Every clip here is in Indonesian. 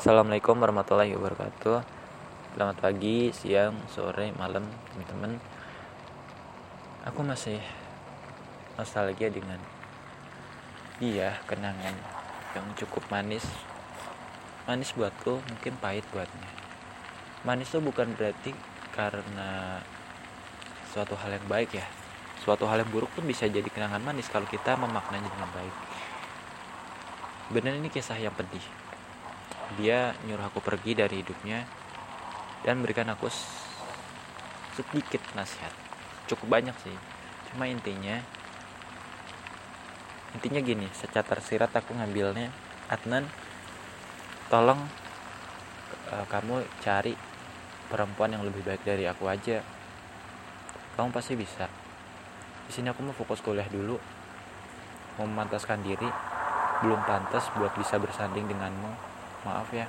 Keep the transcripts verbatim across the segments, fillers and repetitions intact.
Assalamualaikum warahmatullahi wabarakatuh. Selamat pagi, siang, sore, malam teman-teman. Aku masih nostalgia dengan dia, kenangan yang cukup manis. Manis buatku, mungkin pahit buatnya. Manis itu bukan berarti karena suatu hal yang baik ya. Suatu hal yang buruk pun bisa jadi kenangan manis kalau kita memaknainya dengan baik. Benar, ini kisah yang pedih. Dia nyuruh aku pergi dari hidupnya dan berikan aku sedikit nasihat. Cukup banyak sih, cuma intinya intinya gini, secara tersirat aku ngambilnya, Adnan, tolong uh, kamu cari perempuan yang lebih baik dari aku aja. Kamu pasti bisa. Di sini aku mau fokus kuliah dulu, mau memantaskan diri, belum pantas buat bisa bersanding denganmu. Maaf ya,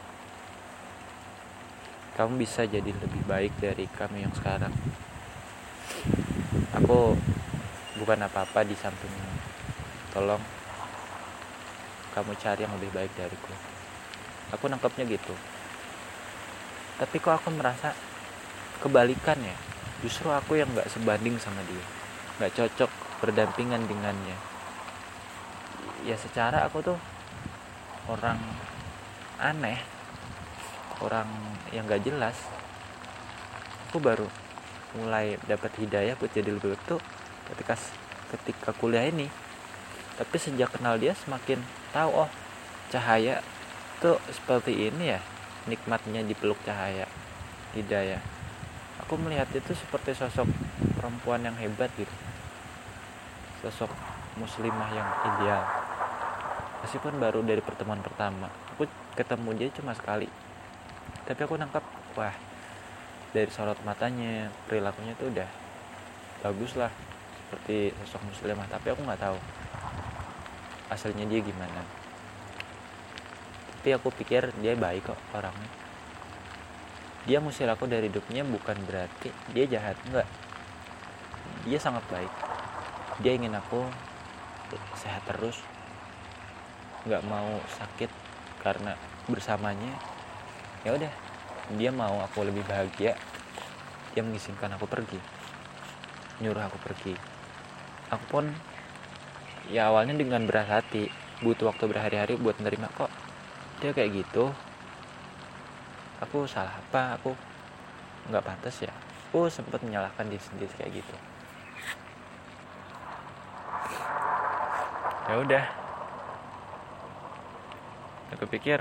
kamu bisa jadi lebih baik dari kami yang sekarang. Aku bukan apa-apa di sampingmu. Tolong kamu cari yang lebih baik dariku. Aku nangkepnya gitu. Tapi kok aku merasa kebalikan ya. Justru aku yang gak sebanding sama dia, gak cocok berdampingan dengannya. Ya secara aku tuh orang aneh, orang yang gak jelas. Aku baru mulai dapat hidayah buat jadi lebih baik tuh ketika ketika kuliah ini. Tapi sejak kenal dia semakin tahu, oh cahaya tuh seperti ini ya, nikmatnya dipeluk cahaya hidayah. Aku melihat itu seperti sosok perempuan yang hebat gitu, sosok muslimah yang ideal. Meskipun baru dari pertemuan pertama, aku ketemu dia cuma sekali, tapi aku nangkap, wah, dari sorot matanya, perilakunya tuh udah bagus lah, seperti sosok muslimah. Tapi aku nggak tahu aslinya dia gimana. Tapi aku pikir dia baik kok orangnya. Dia ngusir aku dari hidupnya bukan berarti dia jahat, enggak. Dia sangat baik. Dia ingin aku sehat terus, nggak mau sakit karena bersamanya. Ya udah, dia mau aku lebih bahagia. Dia mengizinkan aku pergi, nyuruh aku pergi. Aku pun ya awalnya dengan berat hati, butuh waktu berhari-hari buat menerima, kok dia kayak gitu. Aku salah apa? Aku nggak pantas ya? Aku sempat menyalahkan diri sendiri kayak gitu. Ya udah, aku pikir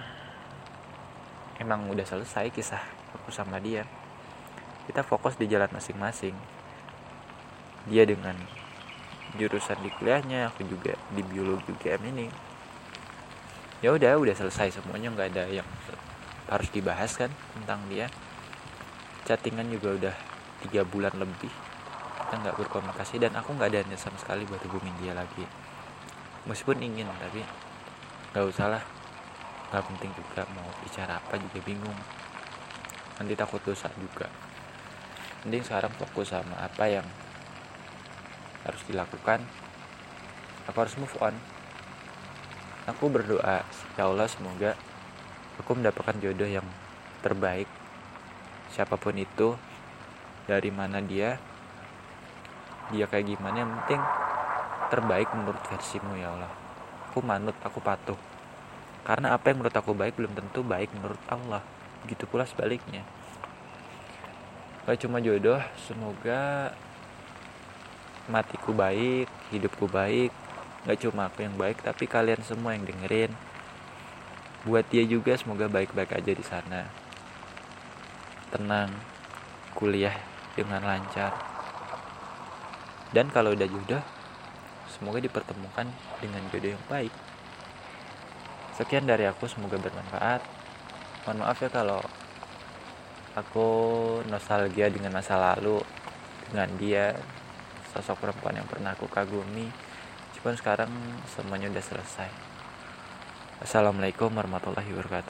emang udah selesai kisah aku sama dia. Kita fokus di jalan masing-masing. Dia dengan jurusan di kuliahnya, aku juga di biologi U G M ini. Ya udah, udah selesai semuanya, nggak ada yang harus dibahas kan tentang dia. Chattingan juga udah tiga bulan lebih, kita nggak berkomunikasi, dan aku nggak ada niat sama sekali buat hubungin dia lagi. Meskipun ingin, tapi nggak usah lah. Gak penting juga, mau bicara apa juga bingung, nanti takut dosa juga. Mending sekarang fokus sama apa yang harus dilakukan. Aku harus move on. Aku berdoa, ya Allah, semoga aku mendapatkan jodoh yang terbaik, siapapun itu, dari mana dia dia kayak gimana, yang penting terbaik menurut versimu ya Allah. Aku manut, aku patuh. Karena apa yang menurut aku baik belum tentu baik menurut Allah. Begitu pula sebaliknya. Gak cuma jodoh, semoga matiku baik, hidupku baik. Gak cuma aku yang baik, tapi kalian semua yang dengerin. Buat dia juga semoga baik-baik aja di sana. Tenang, kuliah dengan lancar. Dan kalau udah jodoh, semoga dipertemukan dengan jodoh yang baik. Sekian dari aku, semoga bermanfaat. Mohon maaf ya kalau aku nostalgia dengan masa lalu, dengan dia, sosok perempuan yang pernah aku kagumi. Cuman sekarang semuanya udah selesai. Assalamualaikum warahmatullahi wabarakatuh.